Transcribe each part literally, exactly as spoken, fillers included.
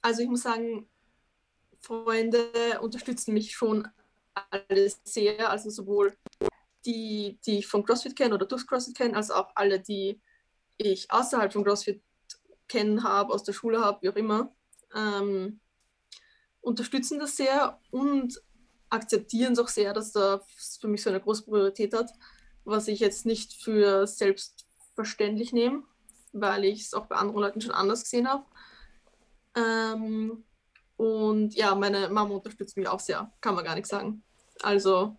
also ich muss sagen, Freunde unterstützen mich schon alle sehr, also sowohl die, die ich vom CrossFit kenne oder durchs CrossFit kenne, als auch alle, die ich außerhalb von CrossFit kennen habe, aus der Schule habe, wie auch immer, ähm, unterstützen das sehr und akzeptieren es auch sehr, dass das für mich so eine große Priorität hat, was ich jetzt nicht für selbstverständlich nehme, weil ich es auch bei anderen Leuten schon anders gesehen habe. Ähm, und ja, meine Mama unterstützt mich auch sehr, kann man gar nicht sagen. Also,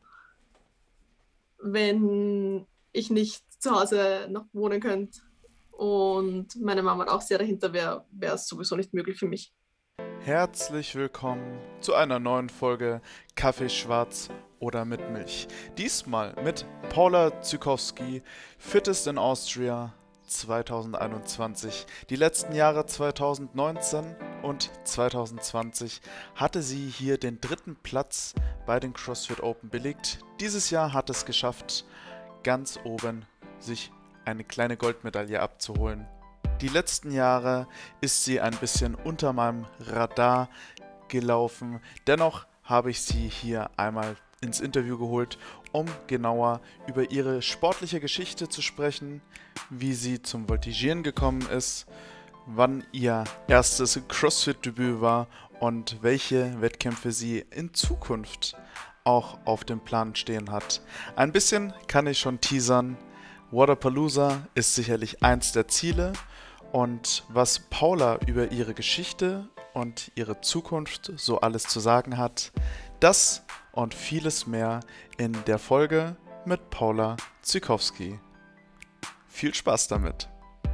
wenn ich nicht zu Hause noch wohnen könnte und meine Mama auch sehr dahinter wäre, wäre es sowieso nicht möglich für mich. Herzlich willkommen zu einer neuen Folge Kaffee schwarz oder mit Milch. Diesmal mit Paula Zykowski, Fittest in Austria zwanzig einundzwanzig. Die letzten Jahre zwanzig neunzehn und zwanzig zwanzig hatte sie hier den dritten Platz bei den CrossFit Open belegt. Dieses Jahr hat es geschafft, ganz oben sich eine kleine Goldmedaille abzuholen. Die letzten Jahre ist sie ein bisschen unter meinem Radar gelaufen. Dennoch habe ich sie hier einmal ins Interview geholt, um genauer über ihre sportliche Geschichte zu sprechen, wie sie zum Voltigieren gekommen ist, wann ihr erstes CrossFit-Debüt war und welche Wettkämpfe sie in Zukunft auch auf dem Plan stehen hat. Ein bisschen kann ich schon teasern. Wodapalooza ist sicherlich eins der Ziele. Und was Paula über ihre Geschichte und ihre Zukunft so alles zu sagen hat, das und vieles mehr in der Folge mit Paula Zykowski. Viel Spaß damit!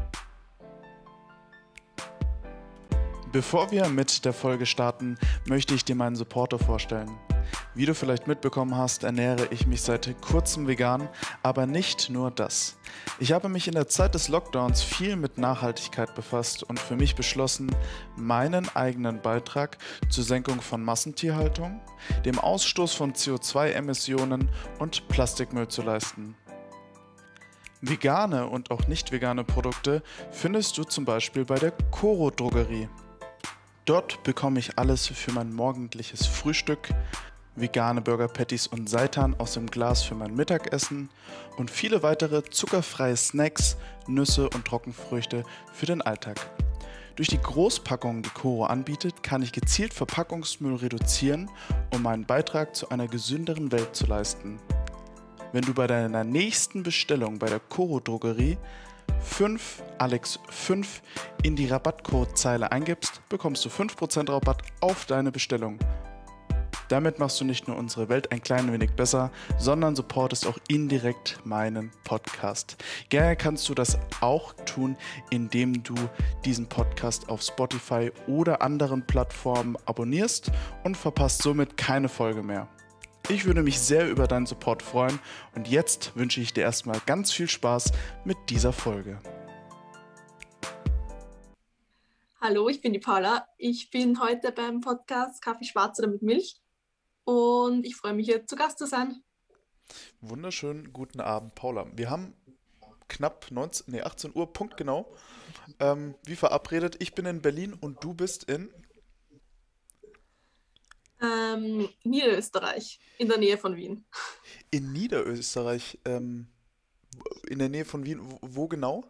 Bevor wir mit der Folge starten, möchte ich dir meinen Supporter vorstellen. Wie du vielleicht mitbekommen hast, ernähre ich mich seit kurzem vegan, aber nicht nur das. Ich habe mich in der Zeit des Lockdowns viel mit Nachhaltigkeit befasst und für mich beschlossen, meinen eigenen Beitrag zur Senkung von Massentierhaltung, dem Ausstoß von C O zwei Emissionen und Plastikmüll zu leisten. Vegane und auch nicht vegane Produkte findest du zum Beispiel bei der Coro Drogerie. Dort bekomme ich alles für mein morgendliches Frühstück, vegane Burger Patties und Seitan aus dem Glas für mein Mittagessen und viele weitere zuckerfreie Snacks, Nüsse und Trockenfrüchte für den Alltag. Durch die Großpackungen, die Coro anbietet, kann ich gezielt Verpackungsmüll reduzieren, um meinen Beitrag zu einer gesünderen Welt zu leisten. Wenn du bei deiner nächsten Bestellung bei der Coro Drogerie fünf Alex fünf in die Rabattcodezeile eingibst, bekommst du fünf Prozent Rabatt auf deine Bestellung. Damit machst du nicht nur unsere Welt ein klein wenig besser, sondern supportest auch indirekt meinen Podcast. Gerne kannst du das auch tun, indem du diesen Podcast auf Spotify oder anderen Plattformen abonnierst und verpasst somit keine Folge mehr. Ich würde mich sehr über deinen Support freuen und jetzt wünsche ich dir erstmal ganz viel Spaß mit dieser Folge. Hallo, ich bin die Paula. Ich bin heute beim Podcast Kaffee schwarz oder mit Milch und ich freue mich, hier zu Gast zu sein. Wunderschönen guten Abend, Paula. Wir haben knapp neunzehn, nee, achtzehn Uhr, punktgenau, ähm, wie verabredet. Ich bin in Berlin und du bist in... Ähm, Niederösterreich, in der Nähe von Wien. In Niederösterreich, ähm, in der Nähe von Wien. Wo, wo genau?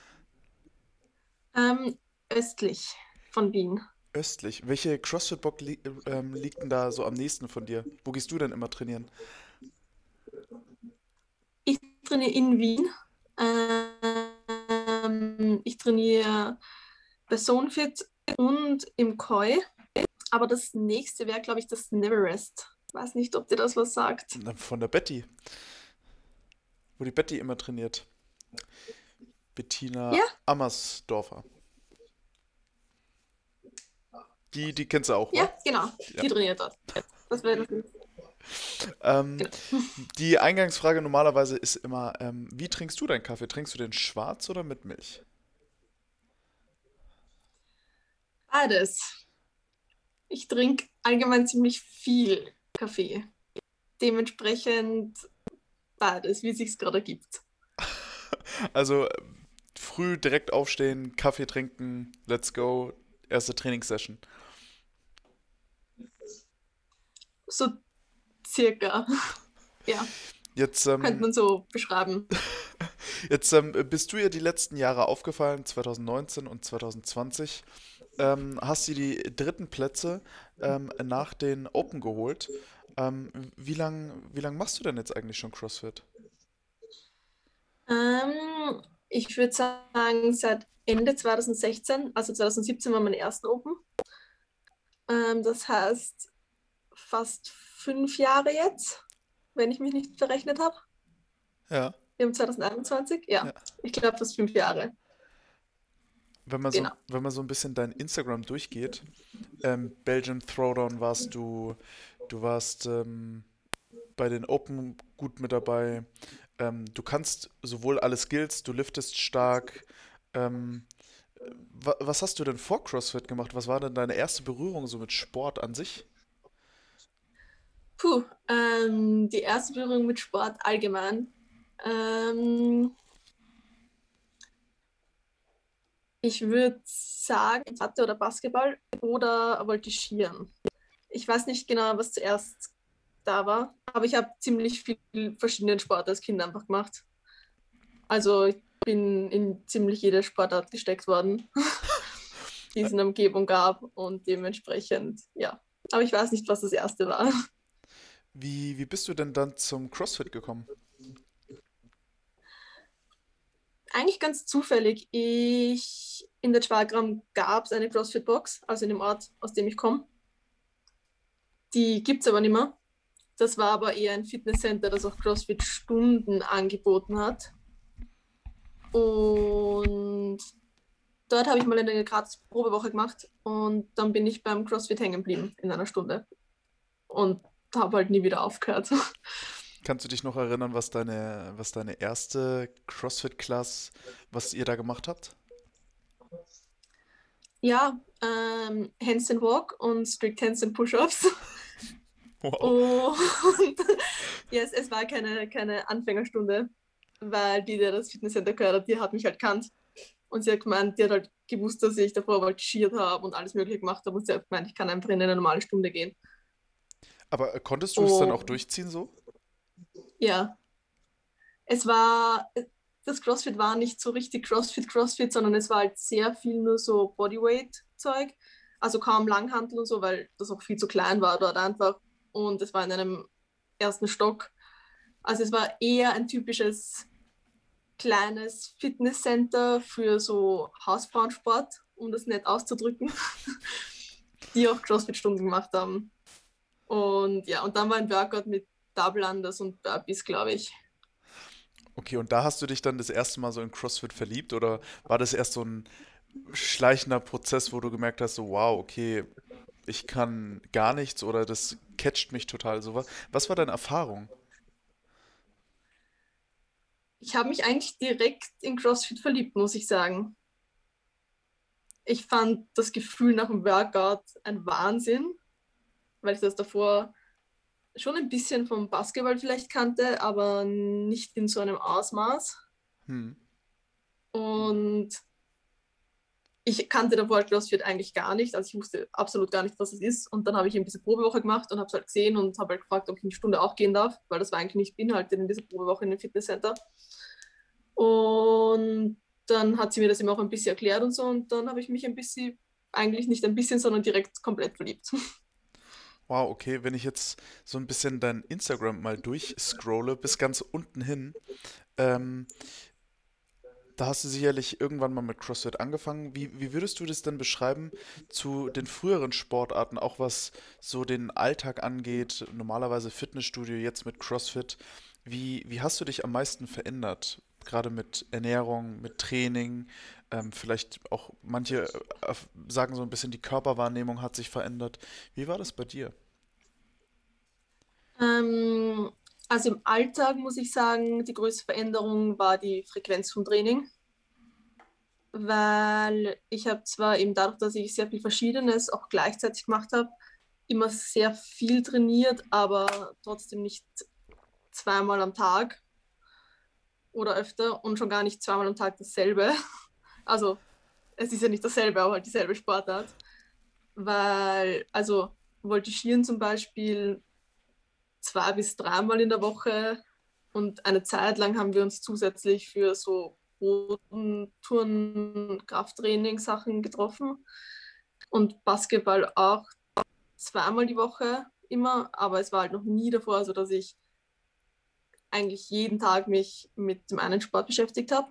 Ähm, östlich von Wien. Östlich. Welche CrossFit-Box li ähm, liegt denn da so am nächsten von dir? Wo gehst du denn immer trainieren? Ich trainiere in Wien. Ähm, ich trainiere bei Zonefit und im Koi. Aber das nächste wäre, glaube ich, das Neverest. Weiß nicht, ob dir das was sagt. Na, von der Betty, wo die Betty immer trainiert. Bettina Ja, Ammersdorfer. Die, die kennst du auch, wa? ja, genau. Ja. Die trainiert dort. Das wäre das. Ähm, Genau. die Eingangsfrage normalerweise ist immer, ähm, wie trinkst du deinen Kaffee? Trinkst du den schwarz oder mit Milch? Beides. Ich trinke allgemein ziemlich viel Kaffee. Dementsprechend beides, wie es sich gerade ergibt. Also äh, früh direkt aufstehen, Kaffee trinken, let's go, erste Trainingssession. So circa. Ja, Jetzt, könnte ähm, man so beschreiben. jetzt ähm, bist du ja die letzten Jahre aufgefallen, zwanzig neunzehn und zwanzig zwanzig. Ähm, hast du die dritten Plätze ähm, nach den Open geholt. Ähm, wie lang, wie lang machst du denn jetzt eigentlich schon CrossFit? Ähm, Ich würde sagen, seit Ende zwanzig sechzehn, also zwanzig siebzehn waren meine ersten Open. Ähm, das heißt fast fünf Jahre jetzt, wenn ich mich nicht verrechnet habe. Ja, Wir haben zwanzig einundzwanzig, ja. ja, ich glaube fast fünf Jahre, Wenn man so, genau. wenn man so ein bisschen dein Instagram durchgeht, ähm, Belgian Throwdown warst du, du warst ähm, bei den Open gut mit dabei. Ähm, du kannst sowohl alle Skills, du liftest stark. Ähm, wa was hast du denn vor CrossFit gemacht? Was war denn deine erste Berührung so mit Sport an sich? Puh, ähm, die erste Berührung mit Sport allgemein. Ähm, Ich würde sagen, Karate oder Basketball oder Voltigieren. Ich weiß nicht genau, was zuerst da war, aber ich habe ziemlich viel verschiedenen Sport als Kind einfach gemacht. Also ich bin in ziemlich jede Sportart gesteckt worden, die es in der Umgebung gab und dementsprechend, ja. Aber ich weiß nicht, was das erste war. Wie, wie bist du denn dann zum CrossFit gekommen? Eigentlich ganz zufällig. Ich in der Schwagram gab es eine CrossFit-Box, also in dem Ort, aus dem ich komme. Die gibt es aber nicht mehr. Das war aber eher ein Fitnesscenter, das auch CrossFit-Stunden angeboten hat. Und dort habe ich mal eine gratis Probewoche gemacht und dann bin ich beim CrossFit hängen geblieben in einer Stunde und habe halt nie wieder aufgehört. Kannst du dich noch erinnern, was deine, was deine erste CrossFit-Class, was ihr da gemacht habt? Ja, ähm, Handstand Walk und Strict Handstand Push-Ups. Wow. Und ja, es, es war keine, keine Anfängerstunde, weil die, die das Fitnesscenter gehört hat, die hat mich halt kannt. Und sie hat gemeint, die hat halt gewusst, dass ich davor voltigiert habe und alles Mögliche gemacht habe. Und sie hat gemeint, ich kann einfach in eine normale Stunde gehen. Aber äh, konntest du es dann auch Und durchziehen so? ja, es war, das CrossFit war nicht so richtig CrossFit, CrossFit, sondern es war halt sehr viel nur so Bodyweight-Zeug. Also kaum Langhantel und so, weil das auch viel zu klein war dort einfach. Und es war in einem ersten Stock. Also es war eher ein typisches kleines Fitnesscenter für so Hausfrauensport, um das nett auszudrücken, die auch CrossFit-Stunden gemacht haben. Und ja, und dann war ein Workout mit Double Unders und Burpees, glaube ich. Okay, und da hast du dich dann das erste Mal so in CrossFit verliebt oder war das erst so ein schleichender Prozess, wo du gemerkt hast, so wow, okay, ich kann gar nichts oder das catcht mich total so was? Was war deine Erfahrung? Ich habe mich eigentlich direkt in CrossFit verliebt, muss ich sagen. Ich fand das Gefühl nach dem Workout ein Wahnsinn, weil ich das davor schon ein bisschen vom Basketball vielleicht kannte, aber nicht in so einem Ausmaß. Hm. Und ich kannte davor CrossFit eigentlich gar nicht, also ich wusste absolut gar nicht, was es ist. Und dann habe ich eben diese Probewoche gemacht und habe es halt gesehen und habe halt gefragt, ob ich eine Stunde auch gehen darf, weil das war eigentlich nicht beinhaltet in dieser Probewoche in dem Fitnesscenter. Und dann hat sie mir das eben auch ein bisschen erklärt und so. Und dann habe ich mich ein bisschen, eigentlich nicht ein bisschen, sondern direkt komplett verliebt. Wow, okay, wenn ich jetzt so ein bisschen dein Instagram mal durchscrolle, bis ganz unten hin, ähm, da hast du sicherlich irgendwann mal mit CrossFit angefangen. Wie, wie würdest du das denn beschreiben zu den früheren Sportarten, auch was so den Alltag angeht, normalerweise Fitnessstudio, jetzt mit CrossFit? Wie, wie hast du dich am meisten verändert? Gerade mit Ernährung, mit Training, ähm, vielleicht auch manche äh, sagen so ein bisschen, die Körperwahrnehmung hat sich verändert. Wie war das bei dir? Ähm, also im Alltag muss ich sagen, die größte Veränderung war die Frequenz vom Training, weil ich habe zwar eben dadurch, dass ich sehr viel Verschiedenes auch gleichzeitig gemacht habe, immer sehr viel trainiert, aber trotzdem nicht zweimal am Tag oder öfter und schon gar nicht zweimal am Tag dasselbe. Also es ist ja nicht dasselbe, aber halt dieselbe Sportart. Weil, also Voltigieren zum Beispiel zwei bis dreimal in der Woche und eine Zeit lang haben wir uns zusätzlich für so Bodentouren, Krafttraining Sachen getroffen und Basketball auch zweimal die Woche immer, aber es war halt noch nie davor, so dass ich eigentlich jeden Tag mich mit dem einen Sport beschäftigt habe.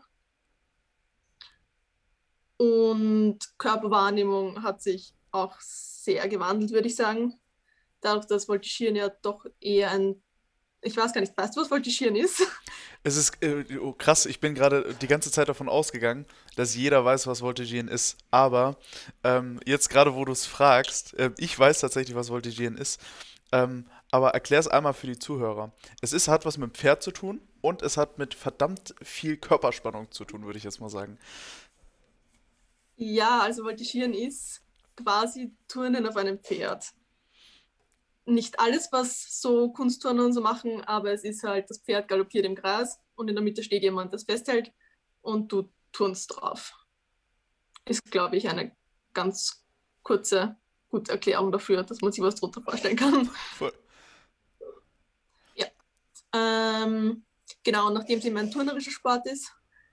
Und Körperwahrnehmung hat sich auch sehr gewandelt, würde ich sagen. Dadurch, dass Voltigieren ja doch eher ein, ich weiß gar nicht, weißt du, was Voltigieren ist? Es ist äh, oh, krass, ich bin gerade die ganze Zeit davon ausgegangen, dass jeder weiß, was Voltigieren ist. Aber ähm, jetzt gerade, wo du es fragst, äh, ich weiß tatsächlich, was Voltigieren ist. Ähm, aber erklär es einmal für die Zuhörer. Es ist, hat was mit dem Pferd zu tun und es hat mit verdammt viel Körperspannung zu tun, würde ich jetzt mal sagen. Ja, also Voltigieren ist quasi Turnen auf einem Pferd. Nicht alles, was so Kunstturner und so machen, aber es ist halt, das Pferd galoppiert im Gras und in der Mitte steht jemand, das festhält und du turnst drauf. Ist, glaube ich, eine ganz kurze, gute Erklärung dafür, dass man sich was drunter vorstellen kann. Voll. Ja. Ähm, genau, nachdem es eben ein turnerischer Sport ist,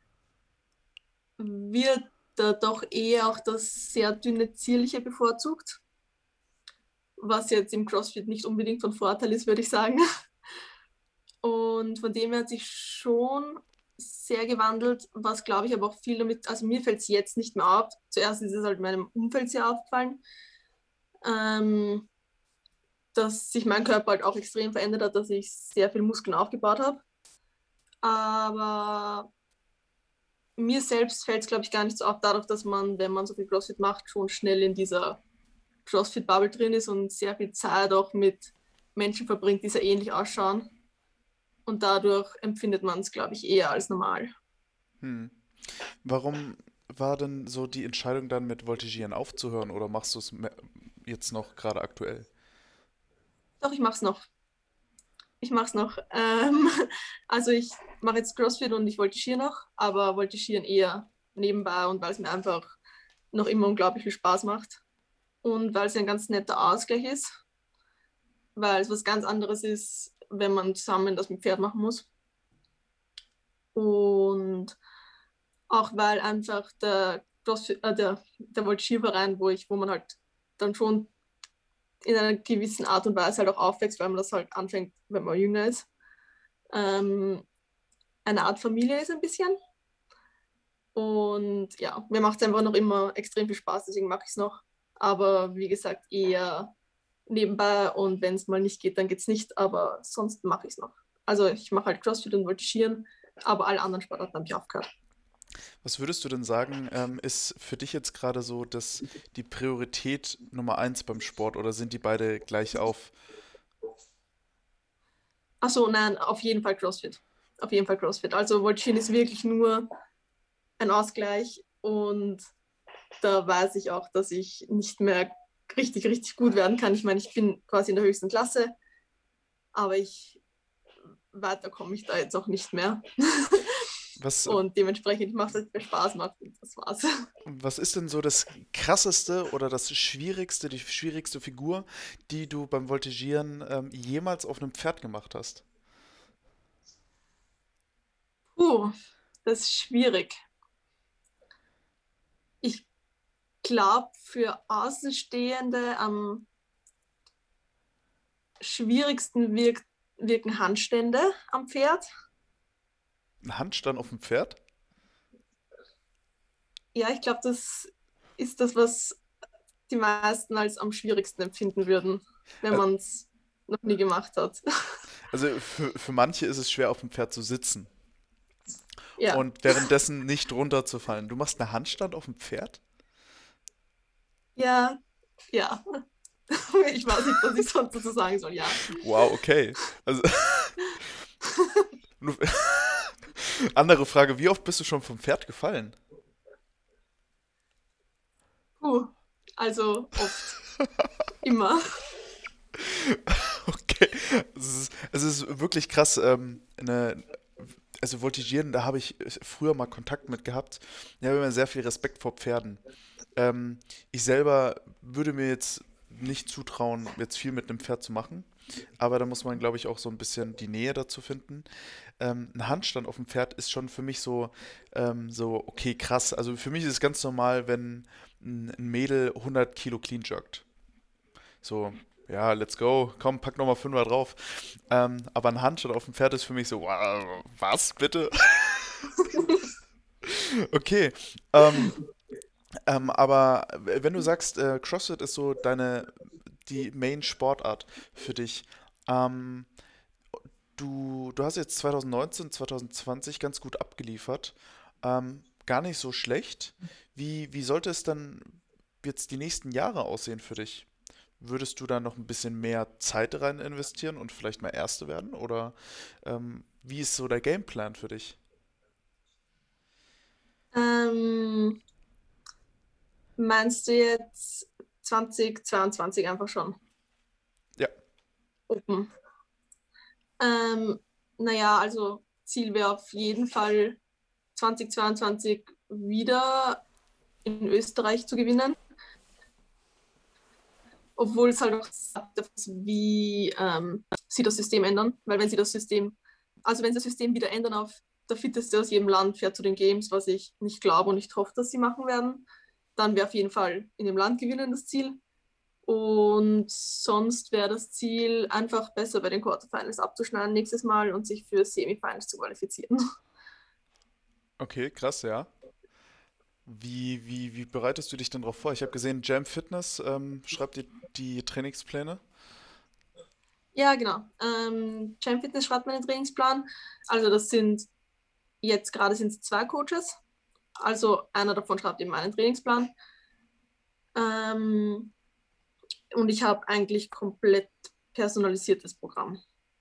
wird da doch eher auch das sehr dünne Zierliche bevorzugt, was jetzt im CrossFit nicht unbedingt von Vorteil ist, würde ich sagen. Und von dem her hat sich schon sehr gewandelt, was glaube ich aber auch viel damit, also mir fällt es jetzt nicht mehr auf. Zuerst ist es halt meinem Umfeld sehr aufgefallen, ähm, dass sich mein Körper halt auch extrem verändert hat, dass ich sehr viel Muskeln aufgebaut habe. Aber mir selbst fällt es, glaube ich, gar nicht so auf, dadurch, dass man, wenn man so viel CrossFit macht, schon schnell in dieser CrossFit-Bubble drin ist und sehr viel Zeit auch mit Menschen verbringt, die sehr ähnlich ausschauen. Und dadurch empfindet man es, glaube ich, eher als normal. Hm. Warum war denn so die Entscheidung dann mit Voltigieren aufzuhören oder machst du es me- jetzt noch gerade aktuell? Doch, ich mache es noch. Ich mache es noch. Ähm, also ich mache jetzt CrossFit und ich voltigiere noch, aber voltigieren eher nebenbei und weil es mir einfach noch immer unglaublich viel Spaß macht. Und weil es ein ganz netter Ausgleich ist, weil es was ganz anderes ist, wenn man zusammen das mit Pferd machen muss. Und auch weil einfach der, CrossFit, äh, der, der Voltigierverein, wo ich, wo man halt dann schon in einer gewissen Art und Weise halt auch aufwächst, weil man das halt anfängt, wenn man jünger ist, ähm, eine Art Familie ist ein bisschen. Und ja, mir macht es einfach noch immer extrem viel Spaß, deswegen mache ich es noch. Aber wie gesagt, eher nebenbei und wenn es mal nicht geht, dann geht es nicht, aber sonst mache ich es noch. Also ich mache halt CrossFit und Voltigieren, aber alle anderen Sportarten habe ich aufgehört. Was würdest du denn sagen, ähm, ist für dich jetzt gerade so dass die Priorität Nummer eins beim Sport oder sind die beide gleich auf? Achso, nein, auf jeden Fall CrossFit. Auf jeden Fall CrossFit. Also Voltigieren ist wirklich nur ein Ausgleich und da weiß ich auch, dass ich nicht mehr richtig, richtig gut werden kann. Ich meine, ich bin quasi in der höchsten Klasse, aber ich weiter komme ich da jetzt auch nicht mehr. Was, Und dementsprechend macht es mir Spaß macht und das war's. was ist denn so das krasseste oder das schwierigste, die schwierigste Figur, die du beim Voltigieren ähm, jemals auf einem Pferd gemacht hast? Puh, das ist schwierig. Ich glaube, für Außenstehende am schwierigsten wirkt, wirken Handstände am Pferd. Ein Handstand auf dem Pferd? Ja, ich glaube, das ist das, was die meisten als am schwierigsten empfinden würden, wenn Ä- man es noch nie gemacht hat. Also für, für manche ist es schwer, auf dem Pferd zu sitzen Ja, und währenddessen nicht runterzufallen. Du machst einen Handstand auf dem Pferd? ja, ja. Ich weiß nicht, was ich sonst dazu sagen soll. Ja. Wow, okay. Also, nur- andere Frage, wie oft bist du schon vom Pferd gefallen? Puh, also oft, immer. Okay. Es ist, es ist wirklich krass. Ähm, eine, also Voltigieren, da habe ich früher mal Kontakt mit gehabt. Ich habe immer sehr viel Respekt vor Pferden. Ähm, ich selber würde mir jetzt nicht zutrauen, jetzt viel mit einem Pferd zu machen. aber da muss man, glaube ich, auch so ein bisschen die Nähe dazu finden. Ähm, ein Handstand auf dem Pferd ist schon für mich so, ähm, so, okay, krass. Also für mich ist es ganz normal, wenn ein, ein Mädel hundert Kilo clean joggt. So, ja, let's go, komm, pack nochmal Fünfer drauf. Ähm, aber ein Handstand auf dem Pferd ist für mich so, wow, was, bitte? Okay, ähm, ähm, aber wenn du sagst, äh, CrossFit ist so deine, die Main-Sportart für dich, ähm, du, du hast jetzt zwanzig neunzehn, zwanzig zwanzig ganz gut abgeliefert, ähm, gar nicht so schlecht. Wie, wie sollte es dann jetzt die nächsten Jahre aussehen für dich? Würdest du da noch ein bisschen mehr Zeit rein investieren und vielleicht mal Erste werden? Oder ähm, wie ist so der Gameplan für dich? Ähm, Meinst du jetzt zwanzig zweiundzwanzig einfach schon? Ja, Open. Ähm, naja, also Ziel wäre auf jeden Fall zwanzig zweiundzwanzig wieder in Österreich zu gewinnen, obwohl es halt auch sagt, wie ähm, sie das System ändern, weil wenn sie das System, also wenn sie das System wieder ändern auf der Fitteste aus jedem Land fährt zu den Games, was ich nicht glaube und nicht hoffe, dass sie machen werden, dann wäre auf jeden Fall in dem Land gewinnen das Ziel. Und sonst wäre das Ziel, einfach besser bei den Quarterfinals abzuschneiden nächstes Mal und sich für Semifinals zu qualifizieren. okay, krass, ja. Wie, wie, wie bereitest du dich denn darauf vor? Ich habe gesehen, Jam Fitness ähm, schreibt dir die Trainingspläne. Ja, genau. Ähm, Champ Fitness schreibt meinen Trainingsplan. Also das sind jetzt gerade sind es zwei Coaches. Also einer davon schreibt eben meinen Trainingsplan. Ähm, und ich habe eigentlich komplett personalisiertes Programm.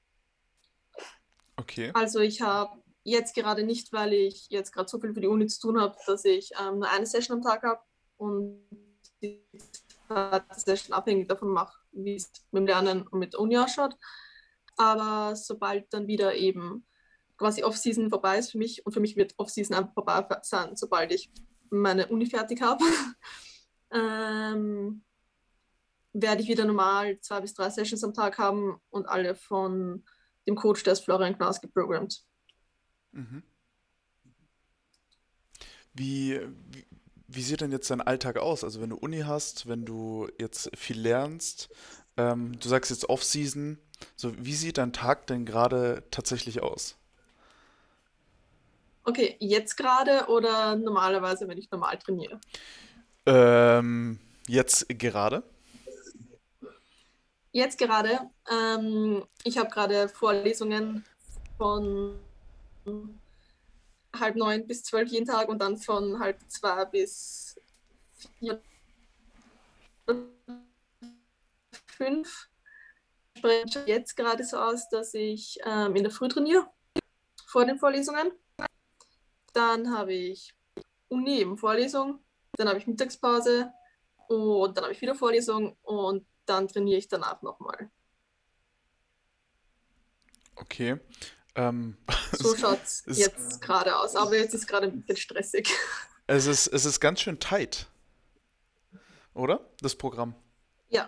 Okay. Also ich habe jetzt gerade nicht, weil ich jetzt gerade so viel für die Uni zu tun habe, dass ich ähm, nur eine Session am Tag habe und die zweite Session abhängig davon mache, wie es mit dem Lernen und mit der Uni ausschaut. Aber sobald dann wieder eben quasi Off-Season vorbei ist für mich und für mich wird Off-Season einfach vorbei sein, sobald ich meine Uni fertig habe, ähm, werde ich wieder normal zwei bis drei Sessions am Tag haben und alle von dem Coach, der ist Florian Knaus geprogrammt. Mhm. Wie, wie, wie sieht denn jetzt dein Alltag aus? Also wenn du Uni hast, wenn du jetzt viel lernst, ähm, du sagst jetzt Off-Season, so wie sieht dein Tag denn gerade tatsächlich aus? Okay, jetzt gerade oder normalerweise, wenn ich normal trainiere? Ähm, jetzt gerade? Jetzt gerade, ähm, ich habe gerade Vorlesungen von halb neun bis zwölf jeden Tag und dann von halb zwei bis vier, fünf. Spreche jetzt gerade so aus, dass ich ähm, in der Früh trainiere, vor den Vorlesungen. Dann habe ich Uni, eben Vorlesung. Dann habe ich Mittagspause und dann habe ich wieder Vorlesung und dann trainiere ich danach nochmal. Okay. Ähm, So es, schaut es es, jetzt gerade aus. Aber jetzt ist gerade ein bisschen stressig. es ist, es ist ganz schön tight, oder? Das Programm. Ja,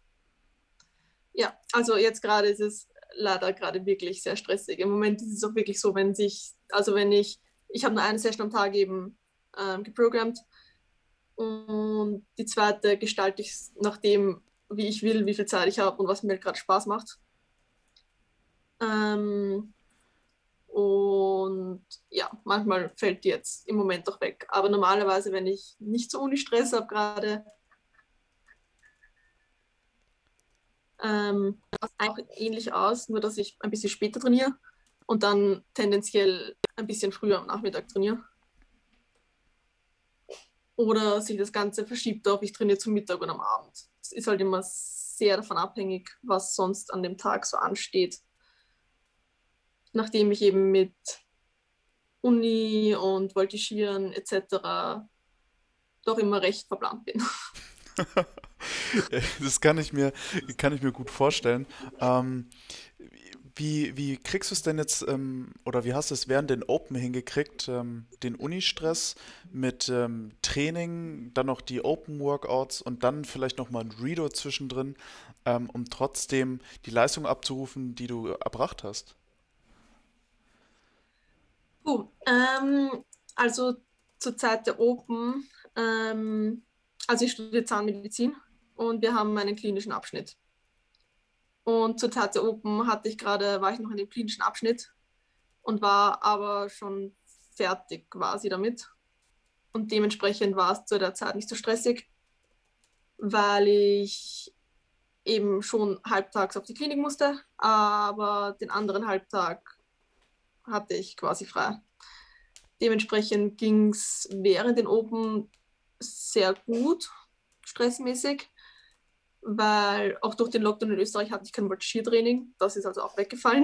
ja. Also jetzt gerade ist es leider gerade wirklich sehr stressig. Im Moment ist es auch wirklich so, wenn sich, also wenn ich, ich habe nur eine Session am Tag eben ähm, geprogrammt und die zweite gestalte ich nach dem, wie ich will, wie viel Zeit ich habe und was mir gerade Spaß macht. Ähm, und ja, manchmal fällt die jetzt im Moment doch weg. Aber normalerweise, wenn ich nicht so Uni-Stress habe gerade, ähm, auch ähnlich aus, nur dass ich ein bisschen später trainiere und dann tendenziell ein bisschen früher am Nachmittag trainiere. Oder sich das Ganze verschiebt auf, ich trainiere zum Mittag und am Abend. Es ist halt immer sehr davon abhängig, was sonst an dem Tag so ansteht. Nachdem ich eben mit Uni und Voltigieren et cetera doch immer recht verplant bin. Das kann ich mir, kann ich mir gut vorstellen. Ähm, Wie, wie kriegst du es denn jetzt, ähm, oder wie hast du es während den Open hingekriegt, ähm, den Unistress mit ähm, Training, dann noch die Open Workouts und dann vielleicht nochmal ein Redo zwischendrin, ähm, um trotzdem die Leistung abzurufen, die du erbracht hast? Puh, ähm, also zur Zeit der Open, ähm, also ich studiere Zahnmedizin und wir haben einen klinischen Abschnitt. Und zur Zeit der Open hatte ich gerade, war ich noch in dem klinischen Abschnitt und war aber schon fertig quasi damit. Und dementsprechend war es zu der Zeit nicht so stressig, weil ich eben schon halbtags auf die Klinik musste, aber den anderen Halbtag hatte ich quasi frei. Dementsprechend ging es während den Open sehr gut, stressmäßig, weil auch durch den Lockdown in Österreich hatte ich kein Voltigiertraining. Das ist also auch weggefallen.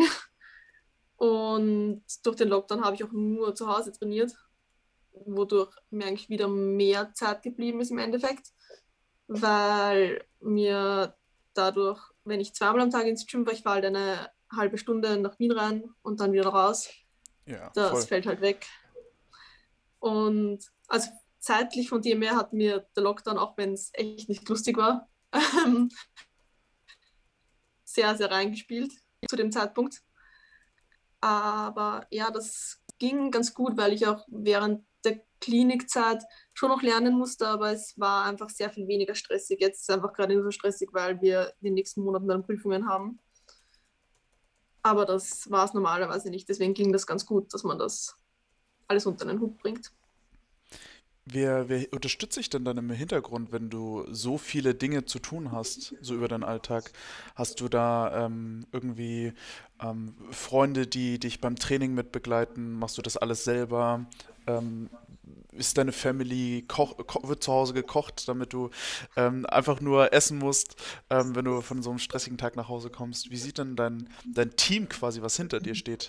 Und durch den Lockdown habe ich auch nur zu Hause trainiert, wodurch mir eigentlich wieder mehr Zeit geblieben ist im Endeffekt, weil mir dadurch, wenn ich zweimal am Tag ins Gym war, ich fahre halt eine halbe Stunde nach Wien rein und dann wieder raus, Ja, das voll. fällt halt weg. Und also zeitlich von dem her hat mir der Lockdown, auch wenn es echt nicht lustig war, sehr, sehr reingespielt zu dem Zeitpunkt. Aber ja, das ging ganz gut, weil ich auch während der Klinikzeit schon noch lernen musste, aber es war einfach sehr viel weniger stressig. Jetzt ist es einfach gerade nur so stressig, weil wir in den nächsten Monaten dann Prüfungen haben. Aber das war es normalerweise nicht. Deswegen ging das ganz gut, dass man das alles unter den Hut bringt. Wer, wer unterstützt dich denn dann im Hintergrund, wenn du so viele Dinge zu tun hast, so über deinen Alltag? Hast du da ähm, irgendwie ähm, Freunde, die dich beim Training mit begleiten? Machst du das alles selber? Ähm, ist deine Family, koch, ko wird zu Hause gekocht, damit du ähm, einfach nur essen musst, ähm, wenn du von so einem stressigen Tag nach Hause kommst? Wie sieht denn dein, dein Team quasi, was hinter dir steht?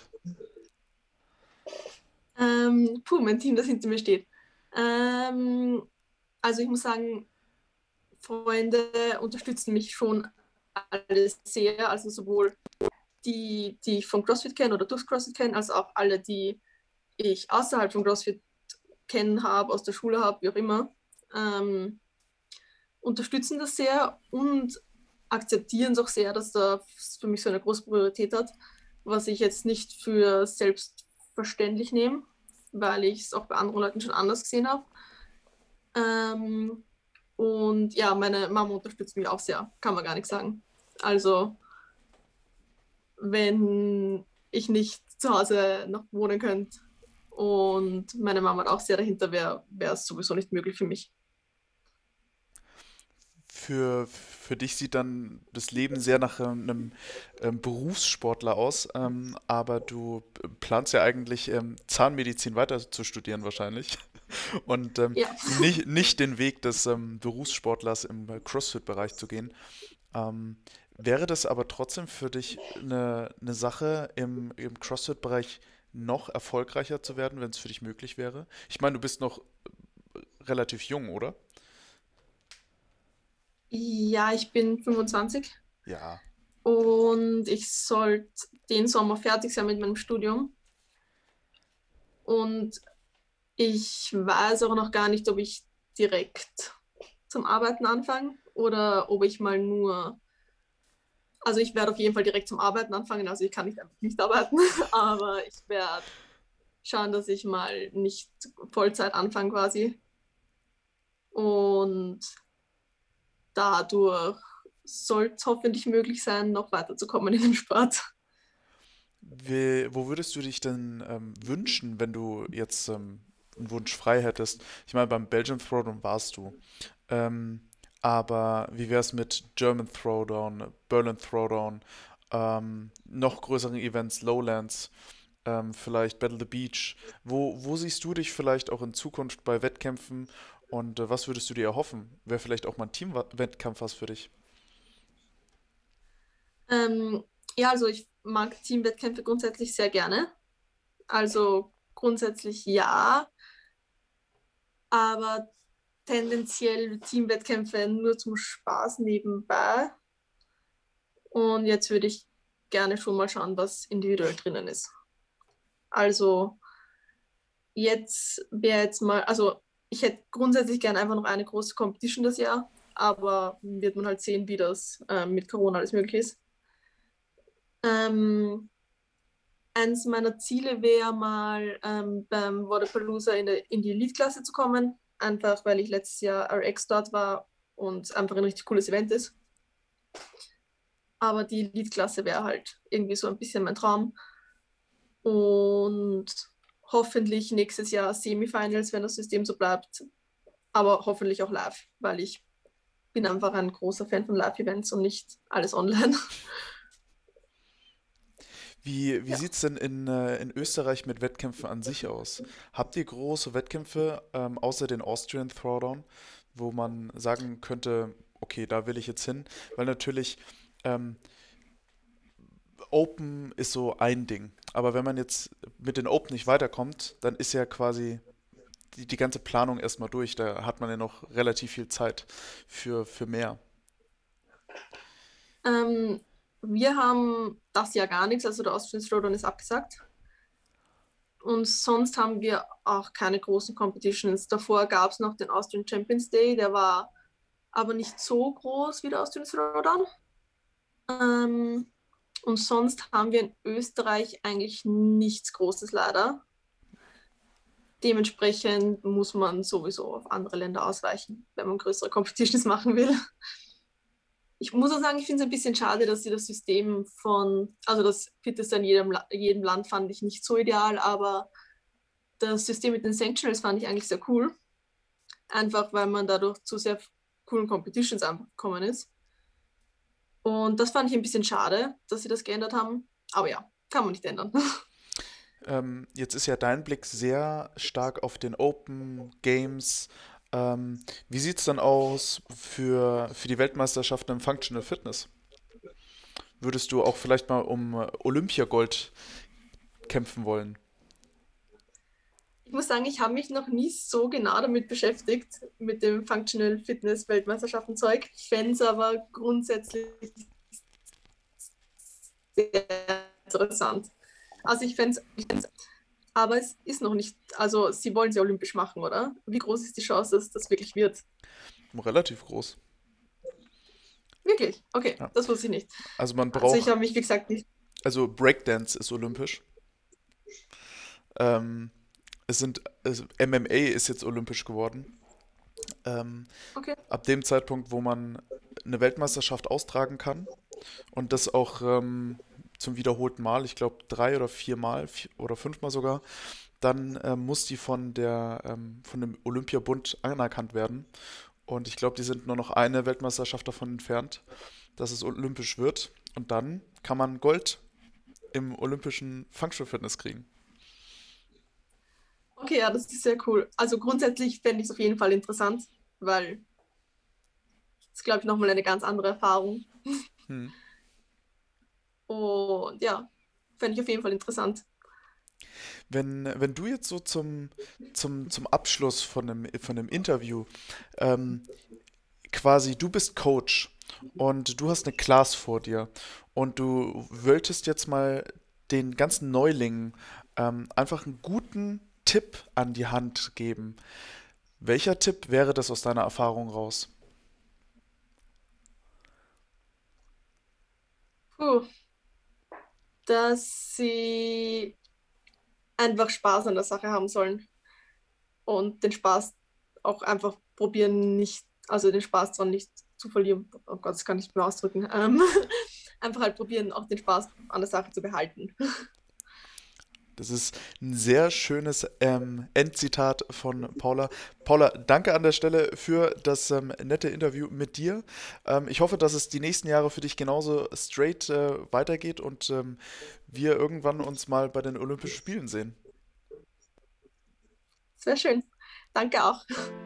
Ähm, puh, mein Team, das hinter mir steht. Ähm, also ich muss sagen, Freunde unterstützen mich schon alle sehr. Also sowohl die, die ich von CrossFit kenne oder durchs CrossFit kenne, als auch alle, die ich außerhalb von CrossFit kennen habe, aus der Schule habe, wie auch immer, ähm, unterstützen das sehr und akzeptieren es auch sehr, dass das für mich so eine große Priorität hat, was ich jetzt nicht für selbstverständlich nehme, weil ich es auch bei anderen Leuten schon anders gesehen habe. Ähm, und ja, meine Mama unterstützt mich auch sehr, kann man gar nichts sagen. Also, wenn ich nicht zu Hause noch wohnen könnte und meine Mama auch sehr dahinter wäre, wäre es sowieso nicht möglich für mich. Für, für dich sieht dann das Leben sehr nach ähm, einem ähm, Berufssportler aus, ähm, aber du planst ja eigentlich ähm, Zahnmedizin weiter zu studieren wahrscheinlich und ähm, Ja, nicht, nicht den Weg des ähm, Berufssportlers im äh, CrossFit-Bereich zu gehen. Ähm, wäre das aber trotzdem für dich eine, eine Sache im, im CrossFit-Bereich noch erfolgreicher zu werden, wenn es für dich möglich wäre? Ich meine, du bist noch relativ jung, oder? ja, ich bin fünfundzwanzig Ja. und ich sollte den Sommer fertig sein mit meinem Studium. Und ich weiß auch noch gar nicht, ob ich direkt zum Arbeiten anfange oder ob ich mal nur, also ich werde auf jeden Fall direkt zum Arbeiten anfangen, also ich kann nicht einfach nicht arbeiten, aber ich werde schauen, dass ich mal nicht Vollzeit anfange quasi. Und dadurch sollte es hoffentlich möglich sein, noch weiterzukommen in dem Sport. Wie, wo würdest du dich denn ähm, wünschen, wenn du jetzt ähm, einen Wunsch frei hättest? Ich meine, beim Belgian Throwdown warst du. Ähm, aber wie wäre es mit German Throwdown, Berlin Throwdown, ähm, noch größeren Events, Lowlands, ähm, vielleicht Battle the Beach? Wo, wo siehst du dich vielleicht auch in Zukunft bei Wettkämpfen und äh, was würdest du dir erhoffen? Wäre vielleicht auch mal ein Teamwettkampf was für dich? Ähm, ja, also ich mag Teamwettkämpfe grundsätzlich sehr gerne. Also grundsätzlich ja, aber tendenziell Teamwettkämpfe nur zum Spaß nebenbei. Und jetzt würde ich gerne schon mal schauen, was individuell drinnen ist. Also jetzt wäre jetzt mal, also ich hätte grundsätzlich gerne einfach noch eine große Competition das Jahr, aber wird man halt sehen, wie das äh, mit Corona alles möglich ist. Ähm, eins meiner Ziele wäre mal ähm, beim Wodapalooza in, in die Elite-Klasse zu kommen, einfach weil ich letztes Jahr R X dort war und einfach ein richtig cooles Event ist. Aber die Elite-Klasse wäre halt irgendwie so ein bisschen mein Traum. Und hoffentlich nächstes Jahr Semifinals, wenn das System so bleibt. Aber hoffentlich auch live, weil ich bin einfach ein großer Fan von Live-Events und nicht alles online. Wie, wie Ja. sieht es denn in, äh, in Österreich mit Wettkämpfen an sich aus? Habt ihr große Wettkämpfe, ähm, außer den Austrian Throwdown, wo man sagen könnte, okay, da will ich jetzt hin? Weil natürlich ähm, Open ist so ein Ding. Aber wenn man jetzt mit den Open nicht weiterkommt, dann ist ja quasi die, die ganze Planung erstmal durch. Da hat man ja noch relativ viel Zeit für, für mehr. Ähm, wir haben das Jahr gar nichts, also der Austrian Throwdown ist abgesagt. Und sonst haben wir auch keine großen Competitions. Davor gab es noch den Austrian Champions Day, der war aber nicht so groß wie der Austrian Throwdown. Ähm, und sonst haben wir in Österreich eigentlich nichts Großes leider. Dementsprechend muss man sowieso auf andere Länder ausweichen, wenn man größere Competitions machen will. Ich muss auch sagen, ich finde es ein bisschen schade, dass sie das System von, also das Fitteste in jedem, jedem Land fand ich nicht so ideal, aber das System mit den Sanctionals fand ich eigentlich sehr cool. Einfach weil man dadurch zu sehr coolen Competitions gekommen ist. Und das fand ich ein bisschen schade, dass sie das geändert haben. Aber ja, kann man nicht ändern. Ähm, jetzt ist ja dein Blick sehr stark auf den Open Games. Ähm, wie sieht es dann aus für, für die Weltmeisterschaften im Functional Fitness? Würdest du auch vielleicht mal um äh, Olympiagold kämpfen wollen? Ich muss sagen, ich habe mich noch nie so genau damit beschäftigt, mit dem Functional Fitness Weltmeisterschaften Zeug. Ich fände es aber grundsätzlich sehr interessant. Also ich fände es, aber es ist noch nicht, also sie wollen sie olympisch machen, oder? Wie groß ist die Chance, dass das wirklich wird? Relativ groß. Wirklich? Okay, Ja. das wusste ich nicht. Also man Also ich braucht, habe mich, wie gesagt, nicht. also Breakdance ist olympisch. Ähm, es sind, es, M M A ist jetzt olympisch geworden. Ähm, Okay. ab dem Zeitpunkt, wo man eine Weltmeisterschaft austragen kann und das auch ähm, zum wiederholten Mal, ich glaube drei oder viermal vier oder fünfmal sogar, dann ähm, muss die von der ähm, von dem Olympiabund anerkannt werden. Und ich glaube, die sind nur noch eine Weltmeisterschaft davon entfernt, dass es olympisch wird. Und dann kann man Gold im olympischen Functional Fitness kriegen. Okay, ja, das ist sehr cool. Also grundsätzlich fände ich es auf jeden Fall interessant, weil es, glaube ich, nochmal eine ganz andere Erfahrung. Hm. Und ja, fände ich auf jeden Fall interessant. Wenn, wenn du jetzt so zum, zum, zum Abschluss von einem, von einem Interview ähm, quasi, du bist Coach und du hast eine Class vor dir und du wolltest jetzt mal den ganzen Neulingen ähm, einfach einen guten Tipp an die Hand geben. Welcher Tipp wäre das aus deiner Erfahrung raus? Puh, dass sie einfach Spaß an der Sache haben sollen und den Spaß auch einfach probieren, nicht, also den Spaß dran nicht zu verlieren. Oh Gott, das kann ich nicht mehr ausdrücken. Ähm, einfach halt probieren, auch den Spaß an der Sache zu behalten. Das ist ein sehr schönes ähm, Endzitat von Paula. Paula, danke an der Stelle für das ähm, nette Interview mit dir. Ähm, ich hoffe, dass es die nächsten Jahre für dich genauso straight äh, weitergeht und ähm, wir irgendwann uns mal bei den Olympischen Spielen sehen. Sehr schön. Danke auch.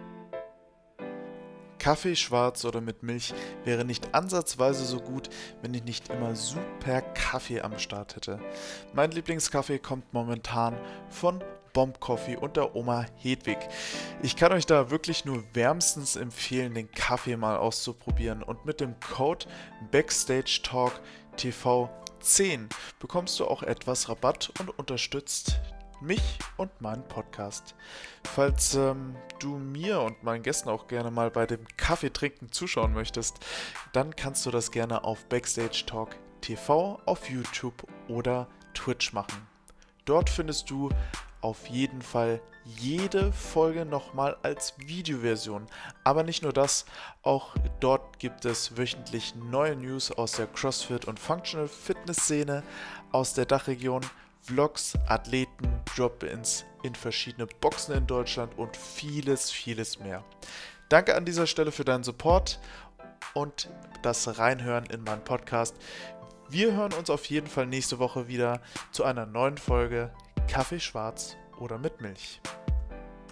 Kaffee schwarz oder mit Milch wäre nicht ansatzweise so gut, wenn ich nicht immer super Kaffee am Start hätte. Mein Lieblingskaffee kommt momentan von Bomb Coffee und der Oma Hedwig. Ich kann euch da wirklich nur wärmstens empfehlen, den Kaffee mal auszuprobieren und mit dem Code Backstage Talk T V zehn bekommst du auch etwas Rabatt und unterstützt mich und meinen Podcast. Falls ähm, du mir und meinen Gästen auch gerne mal bei dem Kaffeetrinken zuschauen möchtest, dann kannst du das gerne auf Backstage Talk T V, auf YouTube oder Twitch machen. Dort findest du auf jeden Fall jede Folge nochmal als Videoversion. Aber nicht nur das, auch dort gibt es wöchentlich neue News aus der CrossFit- und Functional Fitness-Szene aus der Dachregion, Vlogs, Athleten, Drop-ins in verschiedene Boxen in Deutschland und vieles, vieles mehr. Danke an dieser Stelle für deinen Support und das Reinhören in meinen Podcast. Wir hören uns auf jeden Fall nächste Woche wieder zu einer neuen Folge Kaffee schwarz oder mit Milch.